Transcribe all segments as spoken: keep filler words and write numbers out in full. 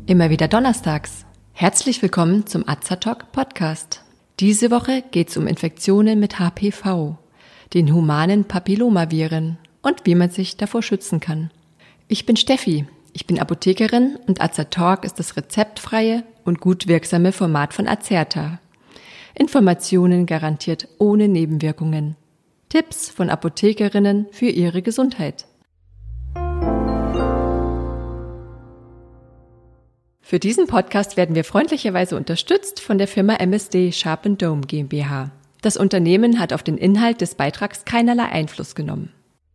Immer wieder donnerstags. Herzlich willkommen zum Azatalk Podcast. Diese Woche geht's um Infektionen mit H P V, den humanen Papillomaviren und wie man sich davor schützen kann. Ich bin Steffi, ich bin Apothekerin und Azatalk ist das rezeptfreie und gut wirksame Format von Azerta. Informationen garantiert ohne Nebenwirkungen. Tipps von Apothekerinnen für ihre Gesundheit. Für diesen Podcast werden wir freundlicherweise unterstützt von der Firma M S D Sharp and Dome GmbH. Das Unternehmen hat auf den Inhalt des Beitrags keinerlei Einfluss genommen.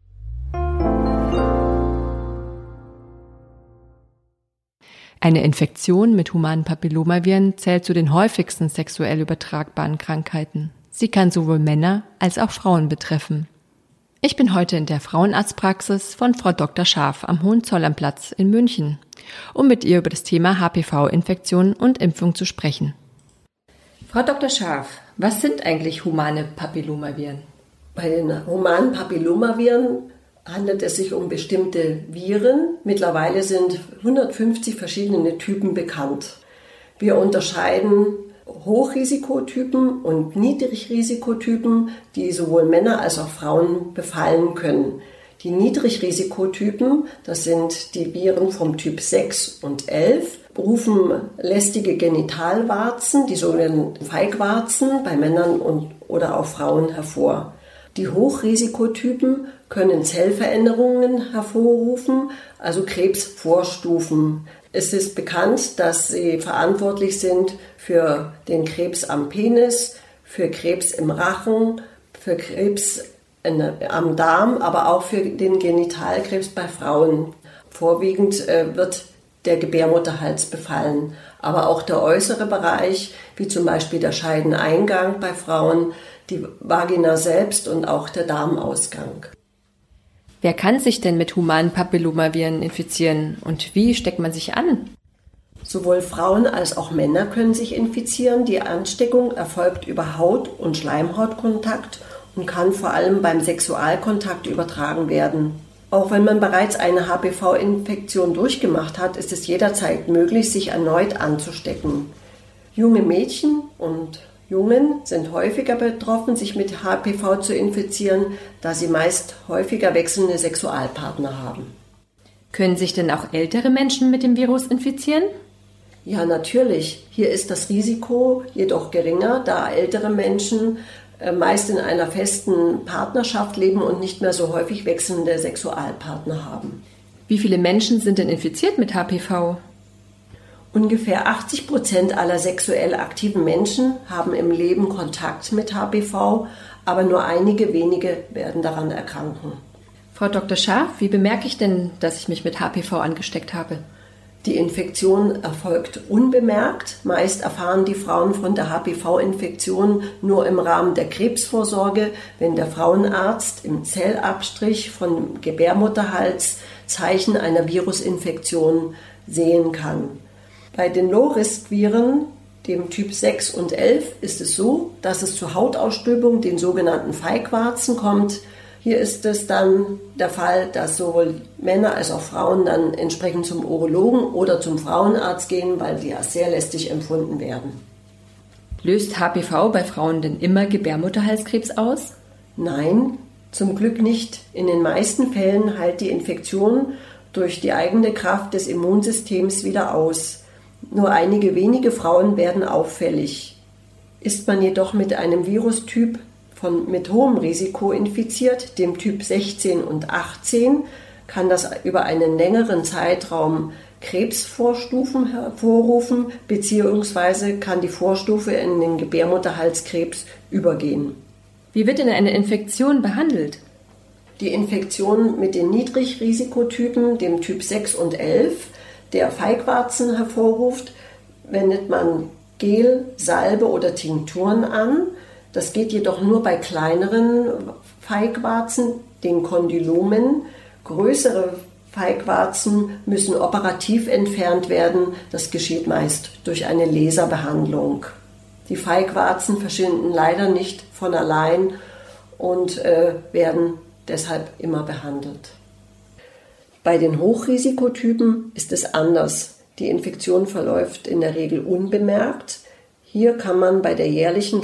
Eine Infektion mit humanen Papillomaviren zählt zu den häufigsten sexuell übertragbaren Krankheiten. Sie kann sowohl Männer als auch Frauen betreffen. Ich bin heute in der Frauenarztpraxis von Frau Doktor Scharf am Hohenzollerplatz in München, um mit ihr über das Thema H P V-Infektion und Impfung zu sprechen. Frau Doktor Scharf, was sind eigentlich humane Papillomaviren? Bei den humanen Papillomaviren handelt es sich um bestimmte Viren. Mittlerweile sind hundertfünfzig verschiedene Typen bekannt. Wir unterscheiden Hochrisikotypen und Niedrigrisikotypen, die sowohl Männer als auch Frauen befallen können. Die Niedrigrisikotypen, das sind die Viren vom Typ sechs und elf, rufen lästige Genitalwarzen, die sogenannten Feigwarzen, bei Männern und, oder auch Frauen hervor. Die Hochrisikotypen können Zellveränderungen hervorrufen, also Krebsvorstufen. Es ist bekannt, dass sie verantwortlich sind für den Krebs am Penis, für Krebs im Rachen, für Krebs in, am Darm, aber auch für den Genitalkrebs bei Frauen. Vorwiegend äh, wird der Gebärmutterhals befallen, aber auch der äußere Bereich, wie zum Beispiel der Scheideneingang bei Frauen, die Vagina selbst und auch der Darmausgang. Wer kann sich denn mit humanen Papillomaviren infizieren und wie steckt man sich an? Sowohl Frauen als auch Männer können sich infizieren. Die Ansteckung erfolgt über Haut- und Schleimhautkontakt und kann vor allem beim Sexualkontakt übertragen werden. Auch wenn man bereits eine H P V-Infektion durchgemacht hat, ist es jederzeit möglich, sich erneut anzustecken. Junge Mädchen und Jungen sind häufiger betroffen, sich mit H P V zu infizieren, da sie meist häufiger wechselnde Sexualpartner haben. Können sich denn auch ältere Menschen mit dem Virus infizieren? Ja, natürlich. Hier ist das Risiko jedoch geringer, da ältere Menschen meist in einer festen Partnerschaft leben und nicht mehr so häufig wechselnde Sexualpartner haben. Wie viele Menschen sind denn infiziert mit H P V? Ungefähr achtzig Prozent aller sexuell aktiven Menschen haben im Leben Kontakt mit H P V, aber nur einige wenige werden daran erkranken. Frau Doktor Scharf, wie bemerke ich denn, dass ich mich mit H P V angesteckt habe? Die Infektion erfolgt unbemerkt. Meist erfahren die Frauen von der H P V-Infektion nur im Rahmen der Krebsvorsorge, wenn der Frauenarzt im Zellabstrich von Gebärmutterhals Zeichen einer Virusinfektion sehen kann. Bei den Low-Risk-Viren, dem Typ sechs und elf, ist es so, dass es zur Hautausstülpung, den sogenannten Feigwarzen, kommt. Hier ist es dann der Fall, dass sowohl Männer als auch Frauen dann entsprechend zum Urologen oder zum Frauenarzt gehen, weil die als sehr lästig empfunden werden. Löst H P V bei Frauen denn immer Gebärmutterhalskrebs aus? Nein, zum Glück nicht. In den meisten Fällen heilt die Infektion durch die eigene Kraft des Immunsystems wieder aus. Nur einige wenige Frauen werden auffällig. Ist man jedoch mit einem Virustyp von, mit hohem Risiko infiziert, dem Typ sechzehn und achtzehn, kann das über einen längeren Zeitraum Krebsvorstufen hervorrufen, beziehungsweise kann die Vorstufe in den Gebärmutterhalskrebs übergehen. Wie wird denn eine Infektion behandelt? Die Infektion mit den Niedrigrisikotypen, dem Typ sechs und elf, der Feigwarzen hervorruft, wendet man Gel, Salbe oder Tinkturen an. Das geht jedoch nur bei kleineren Feigwarzen, den Kondylomen. Größere Feigwarzen müssen operativ entfernt werden. Das geschieht meist durch eine Laserbehandlung. Die Feigwarzen verschwinden leider nicht von allein und äh, werden deshalb immer behandelt. Bei den Hochrisikotypen ist es anders. Die Infektion verläuft in der Regel unbemerkt. Hier kann man bei der jährlichen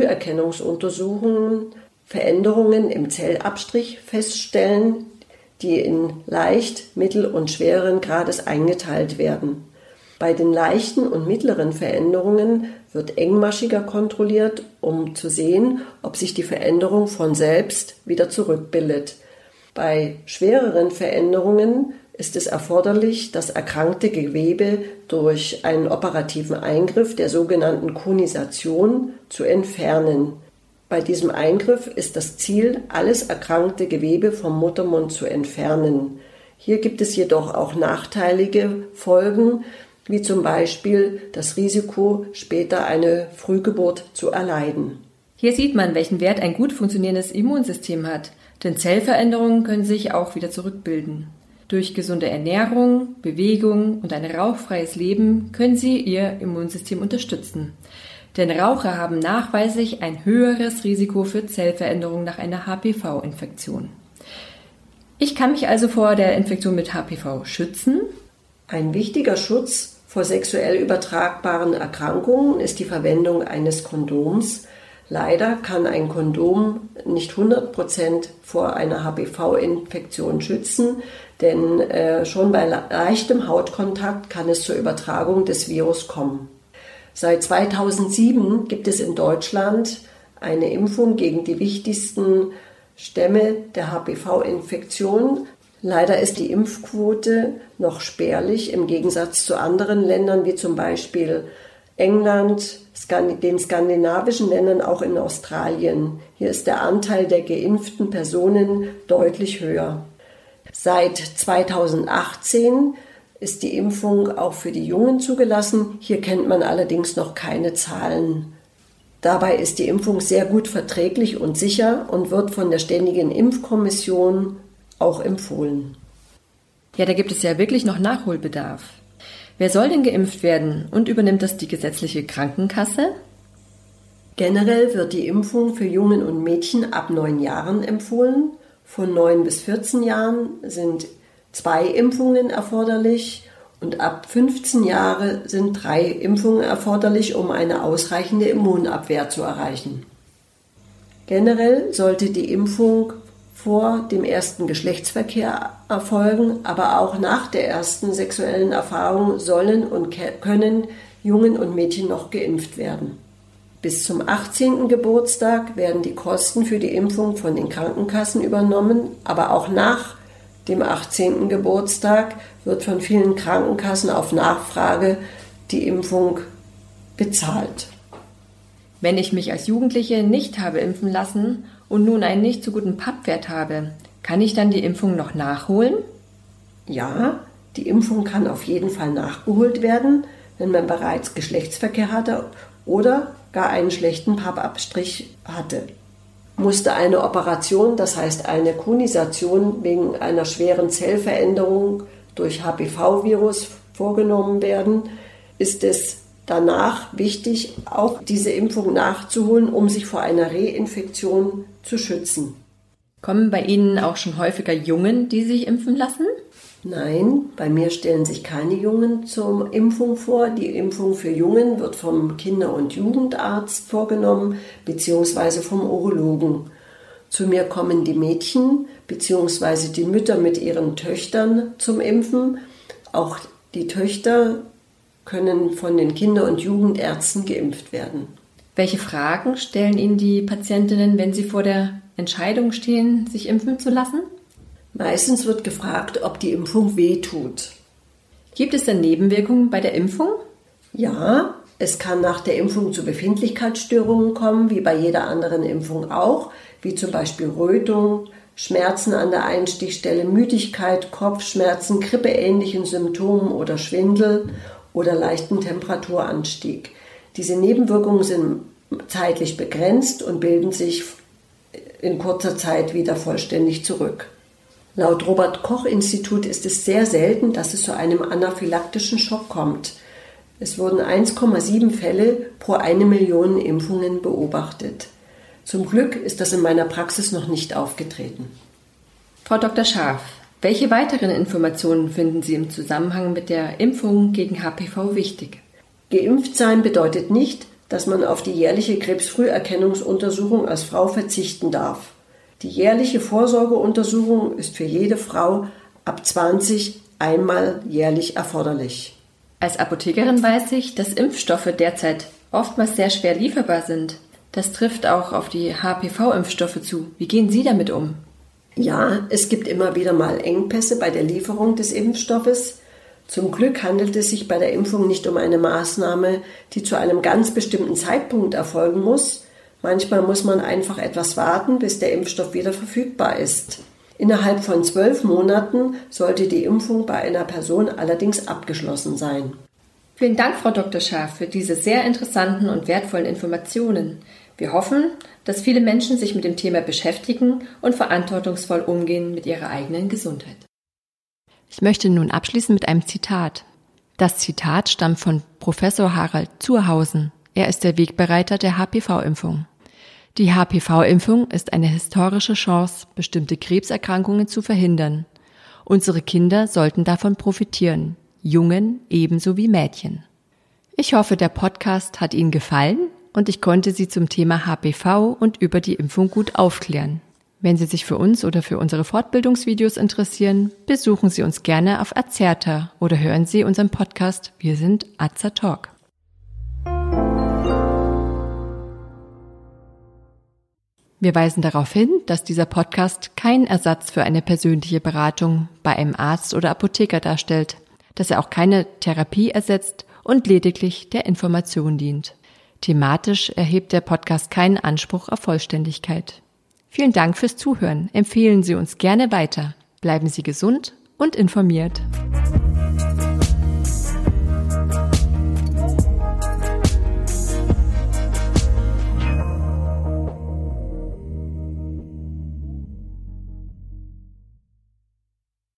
Krebsfrüherkennungsuntersuchung Veränderungen im Zellabstrich feststellen, die in leicht, mittel- und schweren Grades eingeteilt werden. Bei den leichten und mittleren Veränderungen wird engmaschiger kontrolliert, um zu sehen, ob sich die Veränderung von selbst wieder zurückbildet. Bei schwereren Veränderungen ist es erforderlich, das erkrankte Gewebe durch einen operativen Eingriff der sogenannten Konisation zu entfernen. Bei diesem Eingriff ist das Ziel, alles erkrankte Gewebe vom Muttermund zu entfernen. Hier gibt es jedoch auch nachteilige Folgen, wie zum Beispiel das Risiko, später eine Frühgeburt zu erleiden. Hier sieht man, welchen Wert ein gut funktionierendes Immunsystem hat, denn Zellveränderungen können sich auch wieder zurückbilden. Durch gesunde Ernährung, Bewegung und ein rauchfreies Leben können Sie Ihr Immunsystem unterstützen. Denn Raucher haben nachweislich ein höheres Risiko für Zellveränderungen nach einer H P V-Infektion. Ich kann mich also vor der Infektion mit H P V schützen. Ein wichtiger Schutz vor sexuell übertragbaren Erkrankungen ist die Verwendung eines Kondoms. Leider kann ein Kondom nicht hundert Prozent vor einer H P V-Infektion schützen, denn äh, schon bei leichtem Hautkontakt kann es zur Übertragung des Virus kommen. Seit zweitausendsieben gibt es in Deutschland eine Impfung gegen die wichtigsten Stämme der H P V-Infektion. Leider ist die Impfquote noch spärlich im Gegensatz zu anderen Ländern wie zum Beispiel England, den skandinavischen Ländern, auch in Australien. Hier ist der Anteil der geimpften Personen deutlich höher. Seit zweitausendachtzehn ist die Impfung auch für die Jungen zugelassen. Hier kennt man allerdings noch keine Zahlen. Dabei ist die Impfung sehr gut verträglich und sicher und wird von der Ständigen Impfkommission auch empfohlen. Ja, da gibt es ja wirklich noch Nachholbedarf. Wer soll denn geimpft werden und übernimmt das die gesetzliche Krankenkasse? Generell wird die Impfung für Jungen und Mädchen ab neun Jahren empfohlen. Von neun bis vierzehn Jahren sind zwei Impfungen erforderlich und ab fünfzehn Jahre sind drei Impfungen erforderlich, um eine ausreichende Immunabwehr zu erreichen. Generell sollte die Impfung vor dem ersten Geschlechtsverkehr erfolgen, aber auch nach der ersten sexuellen Erfahrung sollen und können Jungen und Mädchen noch geimpft werden. Bis zum achtzehnten Geburtstag werden die Kosten für die Impfung von den Krankenkassen übernommen, aber auch nach dem achtzehnten Geburtstag wird von vielen Krankenkassen auf Nachfrage die Impfung bezahlt. Wenn ich mich als Jugendliche nicht habe impfen lassen und nun einen nicht so guten Pappwert habe, kann ich dann die Impfung noch nachholen? Ja, die Impfung kann auf jeden Fall nachgeholt werden, wenn man bereits Geschlechtsverkehr hatte oder gar einen schlechten Pappabstrich hatte. Musste eine Operation, das heißt eine Konisation wegen einer schweren Zellveränderung durch H P V-Virus vorgenommen werden, ist es danach wichtig, auch diese Impfung nachzuholen, um sich vor einer Reinfektion zu schützen. Kommen bei Ihnen auch schon häufiger Jungen, die sich impfen lassen? Nein, bei mir stellen sich keine Jungen zur Impfung vor. Die Impfung für Jungen wird vom Kinder- und Jugendarzt vorgenommen bzw. vom Urologen. Zu mir kommen die Mädchen bzw. die Mütter mit ihren Töchtern zum Impfen. Auch die Töchter können von den Kinder- und Jugendärzten geimpft werden. Welche Fragen stellen Ihnen die Patientinnen, wenn sie vor der Entscheidung stehen, sich impfen zu lassen? Meistens wird gefragt, ob die Impfung wehtut. Gibt es denn Nebenwirkungen bei der Impfung? Ja, es kann nach der Impfung zu Befindlichkeitsstörungen kommen, wie bei jeder anderen Impfung auch, wie zum Beispiel Rötung, Schmerzen an der Einstichstelle, Müdigkeit, Kopfschmerzen, grippeähnlichen Symptomen oder Schwindel oder leichten Temperaturanstieg. Diese Nebenwirkungen sind zeitlich begrenzt und bilden sich in kurzer Zeit wieder vollständig zurück. Laut Robert-Koch-Institut ist es sehr selten, dass es zu einem anaphylaktischen Schock kommt. Es wurden eins Komma sieben Fälle pro eine Million Impfungen beobachtet. Zum Glück ist das in meiner Praxis noch nicht aufgetreten. Frau Doktor Scharf, Welche weiteren Informationen finden Sie im Zusammenhang mit der Impfung gegen H P V wichtig? Geimpft sein bedeutet nicht, dass man auf die jährliche Krebsfrüherkennungsuntersuchung als Frau verzichten darf. Die jährliche Vorsorgeuntersuchung ist für jede Frau ab zwanzig einmal jährlich erforderlich. Als Apothekerin weiß ich, dass Impfstoffe derzeit oftmals sehr schwer lieferbar sind. Das trifft auch auf die H P V-Impfstoffe zu. Wie gehen Sie damit um? Ja, es gibt immer wieder mal Engpässe bei der Lieferung des Impfstoffes. Zum Glück handelt es sich bei der Impfung nicht um eine Maßnahme, die zu einem ganz bestimmten Zeitpunkt erfolgen muss. Manchmal muss man einfach etwas warten, bis der Impfstoff wieder verfügbar ist. Innerhalb von zwölf Monaten sollte die Impfung bei einer Person allerdings abgeschlossen sein. Vielen Dank, Frau Doktor Schaaf, für diese sehr interessanten und wertvollen Informationen. Wir hoffen, dass viele Menschen sich mit dem Thema beschäftigen und verantwortungsvoll umgehen mit ihrer eigenen Gesundheit. Ich möchte nun abschließen mit einem Zitat. Das Zitat stammt von Professor Harald Zurhausen. Er ist der Wegbereiter der H P V-Impfung. Die H P V-Impfung ist eine historische Chance, bestimmte Krebserkrankungen zu verhindern. Unsere Kinder sollten davon profitieren, Jungen ebenso wie Mädchen. Ich hoffe, der Podcast hat Ihnen gefallen und ich konnte Sie zum Thema H P V und über die Impfung gut aufklären. Wenn Sie sich für uns oder für unsere Fortbildungsvideos interessieren, besuchen Sie uns gerne auf Azerta oder hören Sie unseren Podcast Wir sind Azatalk. Wir weisen darauf hin, dass dieser Podcast kein Ersatz für eine persönliche Beratung bei einem Arzt oder Apotheker darstellt, dass er auch keine Therapie ersetzt und lediglich der Information dient. Thematisch erhebt der Podcast keinen Anspruch auf Vollständigkeit. Vielen Dank fürs Zuhören. Empfehlen Sie uns gerne weiter. Bleiben Sie gesund und informiert.